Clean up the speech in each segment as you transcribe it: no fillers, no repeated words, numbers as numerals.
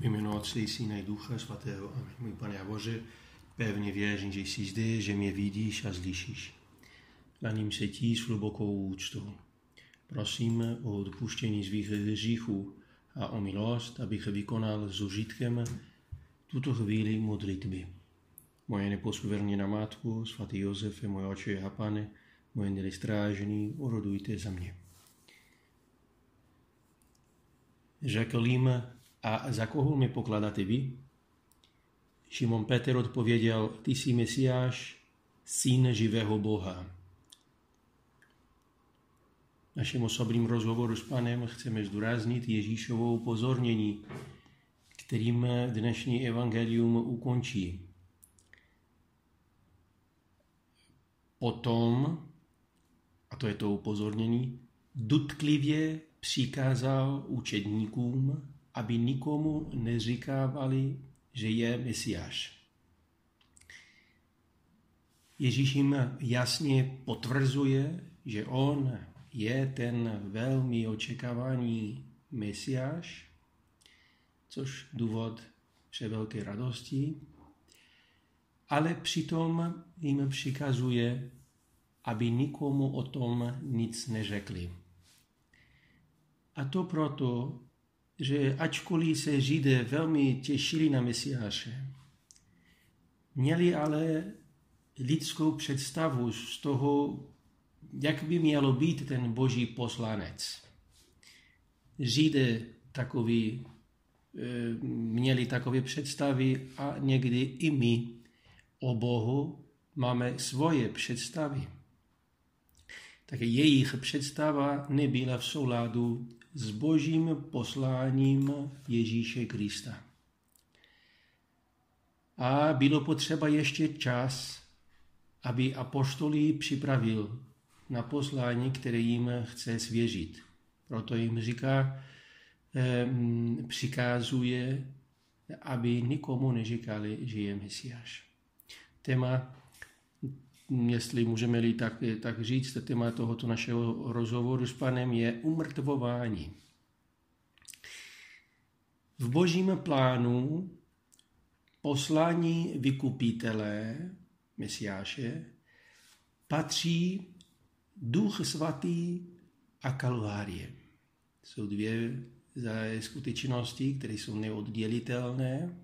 V jménu Otce i Syna i Ducha Svatého. Amen. Můj Pane a Bože, pevně věřím, že jsi zde, že mě vidíš a slyšíš. Klaním se ti s hlubokou úctou. Prosím o odpuštění svých hříchů a o milost, abych vykonal s užitkem tuto chvíli modlitby. Moje neposkvrněná Matko, svatý Josefe, můj Otče a Pane, můj anděli strážný, orodujte za mě. Řekl jim: a za koho mě pokládáte vy? Šimon Petr odpověděl: ty jsi Mesiáš, syn živého Boha. V našem osobním rozhovoru s Panem chceme zdůraznit Ježíšovo upozornění, kterým dnešní evangelium ukončí. Potom, a to je to upozornění, důtklivě přikázal učedníkům, aby nikomu neříkávali, že je Mesiáš. Ježíš jim jasně potvrzuje, že on je ten velmi očekávaný Mesiáš, což důvod převelké radosti, ale přitom jim přikazuje, aby nikomu o tom nic neřekli. A to proto, že ačkoliv se Židé velmi těšili na Mesiáše, měli ale lidskou představu z toho, jak by mělo být ten boží poslanec. Židé měli takové představy a někdy i my o Bohu máme svoje představy. Takže jejich představa nebyla v souladu s božím posláním Ježíše Krista. A bylo potřeba ještě čas, aby apoštolí připravil na poslání, které jim chce svěřit. Proto jim přikazuje, aby nikomu neříkali, že je Mesiáš. Téma, jestli můžeme-li tak říct, téma tohoto našeho rozhovoru s Panem je umrtvování. V božím plánu poslání vykupitele, Mesiáše, patří Duch Svatý a Kalvárie. Jsou dvě skutečnosti, které jsou neoddělitelné.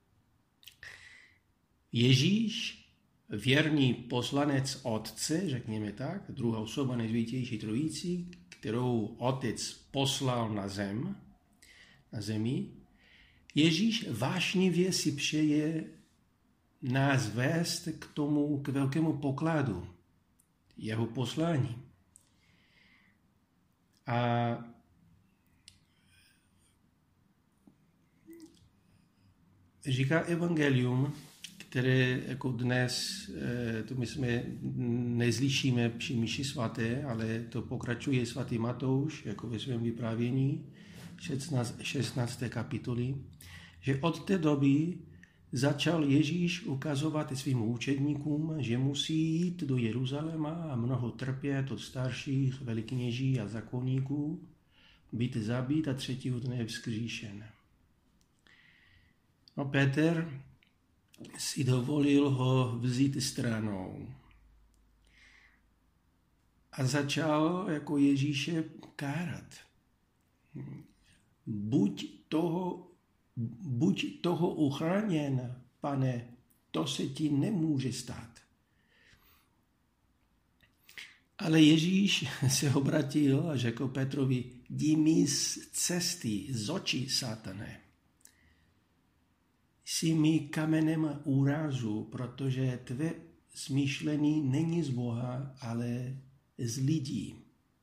Ježíš, věrný poslanec Otce, řekněme tak, druhá osoba Nejsvětější Trojici, kterou Otec poslal na zemi, Ježíš vášnivě si přeje nás vést k velkému pokladu, jeho poslání. A říká evangelium, které jako dnes, to my jsme nezlišíme při mši svaté, ale to pokračuje svatý Matouš, jako ve svém vyprávění, 16. kapitoly, že od té doby začal Ježíš ukazovat svým učedníkům, že musí jít do Jeruzaléma a mnoho trpět od starších velekněží a zákonníků, být zabít a třetího dne vzkříšen. No Petr si dovolil ho vzít stranou a začal jako Ježíše kárat. Buď toho uchráněn, Pane, to se ti nemůže stát. Ale Ježíš se obratil a řekl Petrovi: jdi mi z cesty, z očí, Satané. Jsi mi kamenem úrazu, protože tvé smýšlení není z Boha, ale z lidí.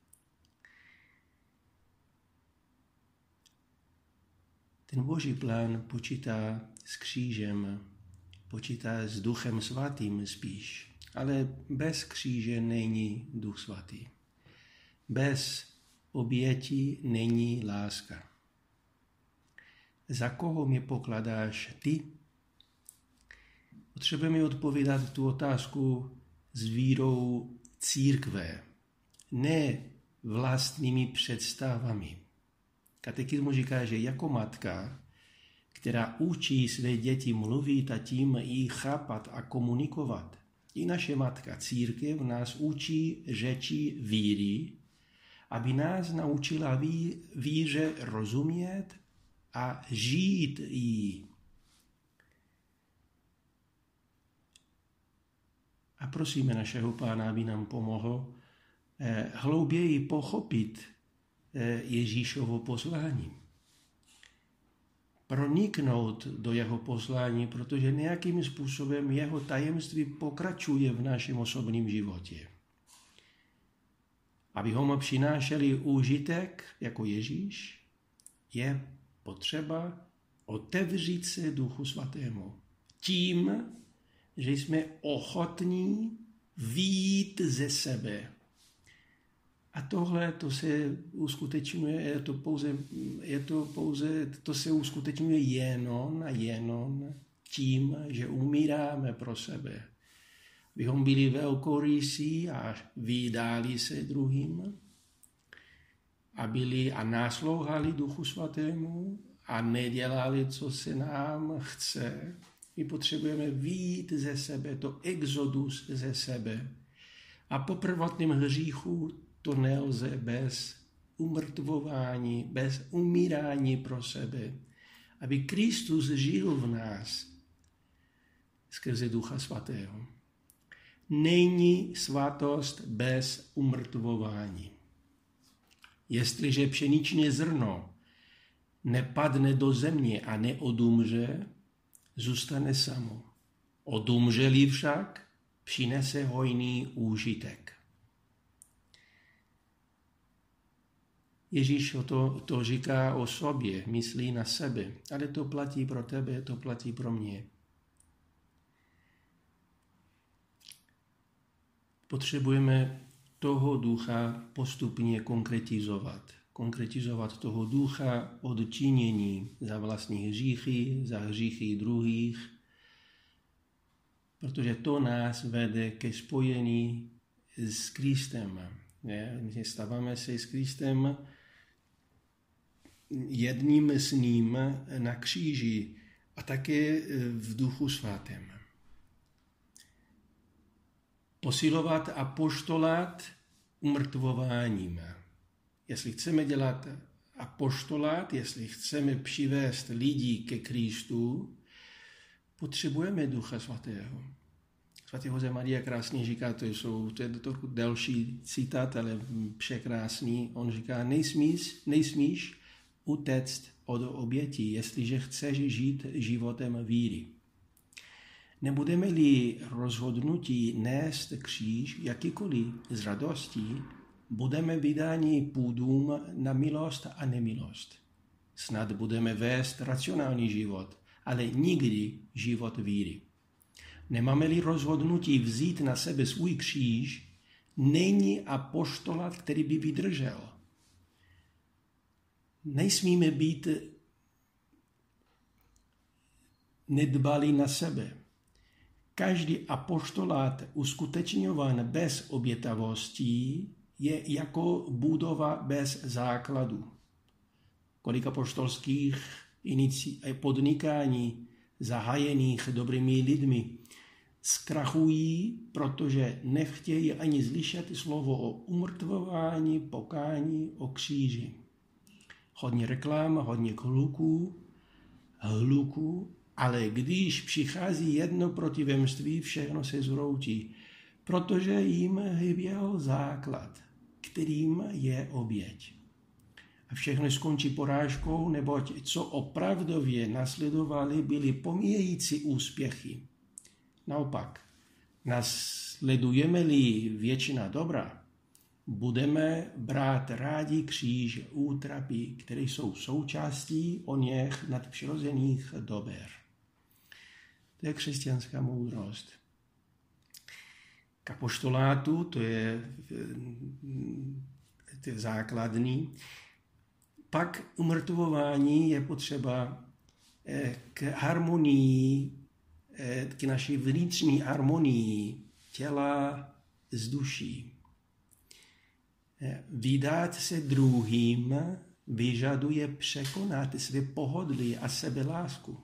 Ten boží plán počítá s křížem, počítá s Duchem Svatým spíš, ale bez kříže není Duch Svatý. Bez oběti není láska. Za koho mě pokládáš ty? Potřebujeme odpovídat tu otázku s vírou církve, ne vlastními představami. Katekismus říká, že jako matka, která učí své děti mluvit a tím i chápat a komunikovat. I naše matka církev nás učí řeči víry, aby nás naučila víře rozumět a žít ji. A prosíme našeho Pána, aby nám pomohl hlouběji pochopit Ježíšovo poslání. Proniknout do jeho poslání, protože nějakým způsobem jeho tajemství pokračuje v našem osobním životě. Abychom přinášeli užitek jako Ježíš, je potřeba otevřít se Duchu Svatému. Tím, že jsme ochotní vyjít ze sebe. A tohle to se uskutečňuje, to se uskutečňuje jenom a jenom tím, že umíráme pro sebe. Abychom byli velkorysí a vydali se druhým a naslouchali Duchu Svatému a nedělali, co se nám chce. My potřebujeme vyjít ze sebe, to exodus ze sebe. A po prvotním hříchu to nelze bez umrtvování, bez umírání pro sebe. Aby Kristus žil v nás skrze Ducha Svatého. Není svatost bez umrtvování. Jestliže pšeničné zrno nepadne do země a neodumře, zůstane samo. Odumřeli však, přinese hojný úžitek. Ježíš to říká o sobě, myslí na sebe, ale to platí pro tebe, to platí pro mě. Potřebujeme toho ducha postupně konkretizovat toho ducha odčinění za vlastní hříchy, za hříchy druhých, protože to nás vede ke spojení s Kristem. My stáváme se s Kristem jedním s ním na kříži a také v Duchu Svatém. Posilovat apoštolát umrtvováním. Jestli chceme dělat apoštolát, jestli chceme přivést lidi ke Kristu, potřebujeme Ducha Svatého. Svatý José Maria krásně říká, to je trochu delší citát, ale překrásný. On říká, nejsmíš utéct od obětí, jestliže chceš žít životem víry. Nebudeme-li rozhodnutí nést kříž jakýkoliv z radostí, budeme vydáni půdům na milost a nemilost. Snad budeme vést racionální život, ale nikdy život víry. Nemáme-li rozhodnutí vzít na sebe svůj kříž, není apoštolát, který by vydržel. Nesmíme být nedbalí na sebe. Každý apoštolát uskutečňován bez obětavostí je jako budova bez základu. Kolik apoštolských podnikání zahájených dobrými lidmi zkrachují, protože nechtějí ani slyšet slovo o umrtvování, pokání, o kříži. Hodně reklam, hodně hluku, ale když přichází jedno protivenství, všechno se zhroutí, protože jim chyběl základ, kterým je oběť. A všechno skončí porážkou, neboť co opravdově nasledovali, byly pomíjející úspěchy. Naopak, nasledujeme-li většina dobra, budeme brát rádi kříž útrapy, které jsou součástí oněch nadpřirozených dober. To je křesťanská moudrost. K apoštolátu, to je základní. Pak umrtvování je potřeba k harmonii, k naší vnitřní harmonii těla s duší. Vydat se druhým vyžaduje překonat své pohodlí a sebelásku.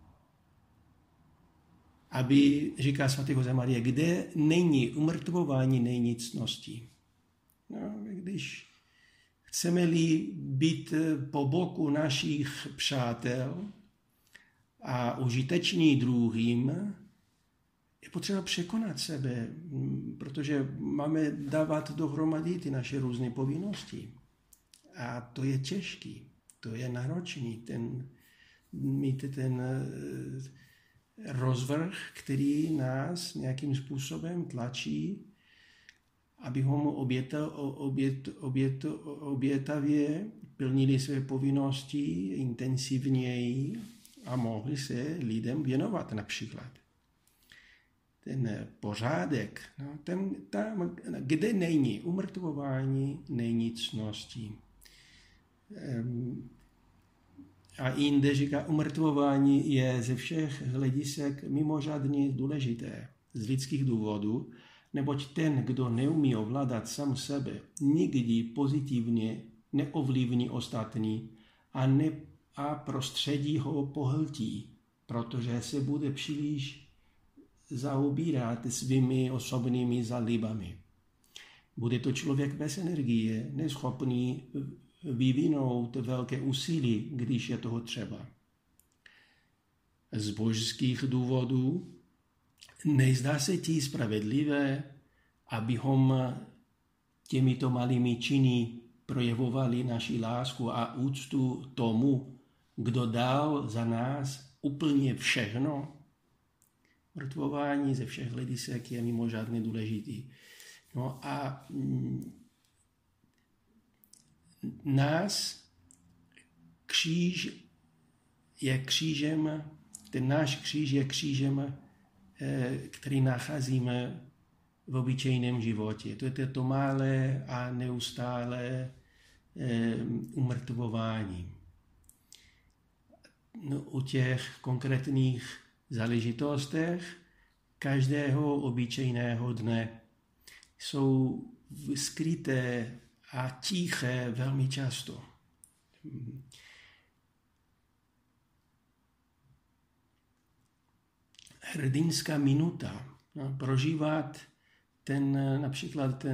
Aby, říká svatý Josemaria, kde není umrtvování, není ctnosti. No, když chceme-li být po boku našich přátel a užiteční druhým, je potřeba překonat sebe, protože máme dávat dohromady ty naše různé povinnosti. A to je těžký, to je náročný, mít ten rozvrh, který nás nějakým způsobem tlačí, abychom obětavě plnili své povinnosti intenzivněji a mohli se lidem věnovat například. Ten pořádek, no, tam, kde není umrtvování, není ctnosti. A jinde říká, umrtvování je ze všech hledisek mimořádně důležité z lidských důvodů, neboť ten, kdo neumí ovládat sám sebe, nikdy pozitivně neovlivní ostatní a prostředí ho pohltí, protože se bude příliš zaobírat svými osobními zálibami. Bude to člověk bez energie, neschopný vyvinout velké úsilí, když je toho třeba. Z božských důvodů nezdá se ti spravedlivé, abychom těmito malými činy projevovali naši lásku a úctu tomu, kdo dal za nás úplně všechno. Mrtvování ze všech hledisek je mimořádně důležitý. No a ten náš kříž je křížem, který nacházíme v obyčejném životě. To je to malé a neustálé umrtvování. No, u těch konkrétních záležitostech každého obyčejného dne jsou skryté a tiché velmi často. Hrdinská minuta, no, prožívat například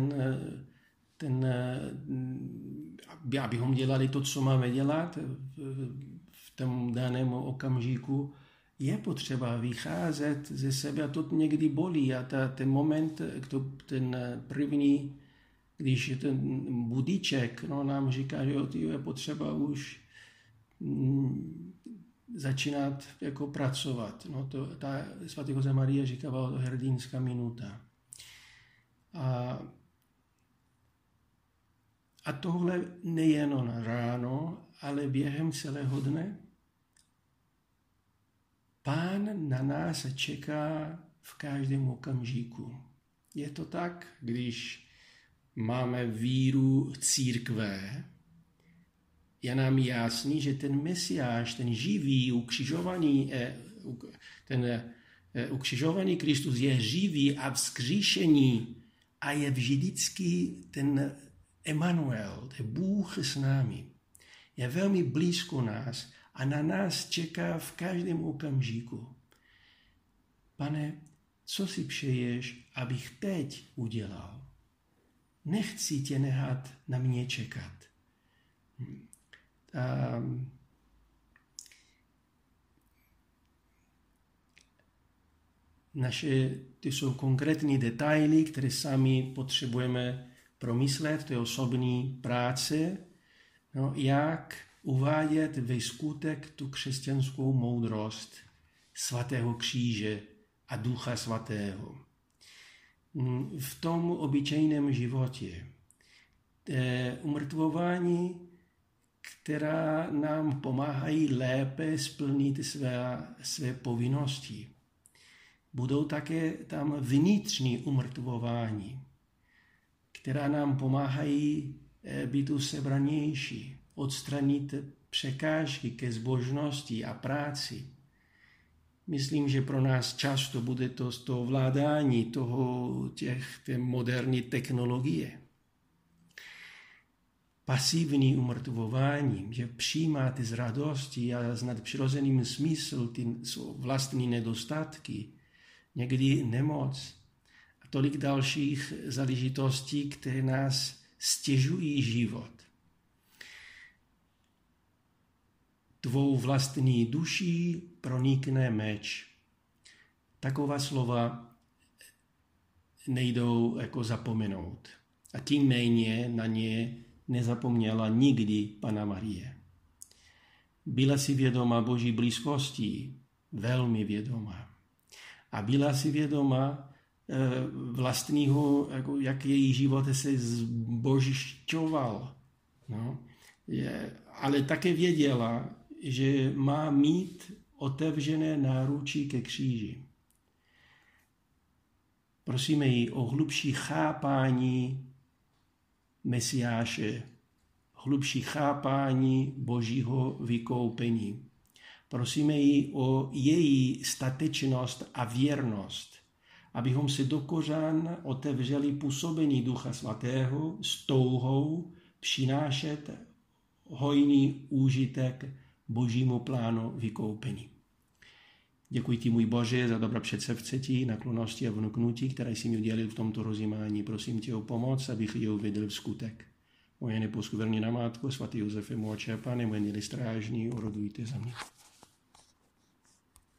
abychom dělali to, co máme dělat v tom daném okamžiku, je potřeba vycházet ze sebe a to někdy bolí a ten moment, ten první, když je ten budíček, no, nám říká, že je potřeba už začínat jako pracovat. No, svatý Josemaria říkával hrdinská minuta. A tohle nejenom ráno, ale během celého dne. Pán na nás čeká v každém okamžiku. Je to tak, když máme víru církve, je nám jasný, že ten Mesiáš, ten živý, ukřižovaný Kristus je živý a vzkříšený a je vždycky ten Emanuel, ten Bůh s námi. Je velmi blízko nás a na nás čeká v každém okamžiku. Pane, co si přeješ, abych teď udělal? Nechci tě nechat na mě čekat. Ty jsou konkrétní detaily, které sami potřebujeme promyslet, to je osobní práce, no, jak uvádět ve skutek tu křesťanskou moudrost svatého kříže a Ducha svatého. V tom obyčejném životě umrtvování, která nám pomáhají lépe splnit své povinnosti. Budou také tam vnitřní umrtvování, která nám pomáhají být sebranější, odstranit překážky ke zbožnosti a práci. Myslím, že pro nás často bude to ovládání té moderní technologie. pasivní umrtvováním, že přijímáte z radosti a s nadpřirozeným smysl ty vlastní nedostatky, někdy nemoc a tolik dalších záležitostí, které nás stěžují život. Tvou vlastní duší pronikne meč. Taková slova nejdou jako zapomenout. A tím méně na ně nezapomněla nikdy Panna Marie. Byla si vědoma Boží blízkosti, velmi vědoma. A byla si vědoma vlastního, jako jak její život se zbožišťoval. No. Ale také věděla, že má mít otevřené náručí ke kříži. Prosíme ji o hlubší chápání Mesiáše, hlubší chápání Božího vykoupení. Prosíme ji o její statečnost a věrnost, abychom se do kořán otevřeli působení Ducha Svatého s touhou přinášet hojný úžitek Božímu plánu vykoupení. Děkuji ti, můj Bože, za dobré předsevzetí, naklonosti a vnuknutí, které jsi mi udělil v tomto rozjímání. Prosím tě o pomoc, abych je uvedl v skutek. Moje neposkvrněná Matko, svatý Josefe, můj oče a Pane, moje milí strážní, orodujte za mě.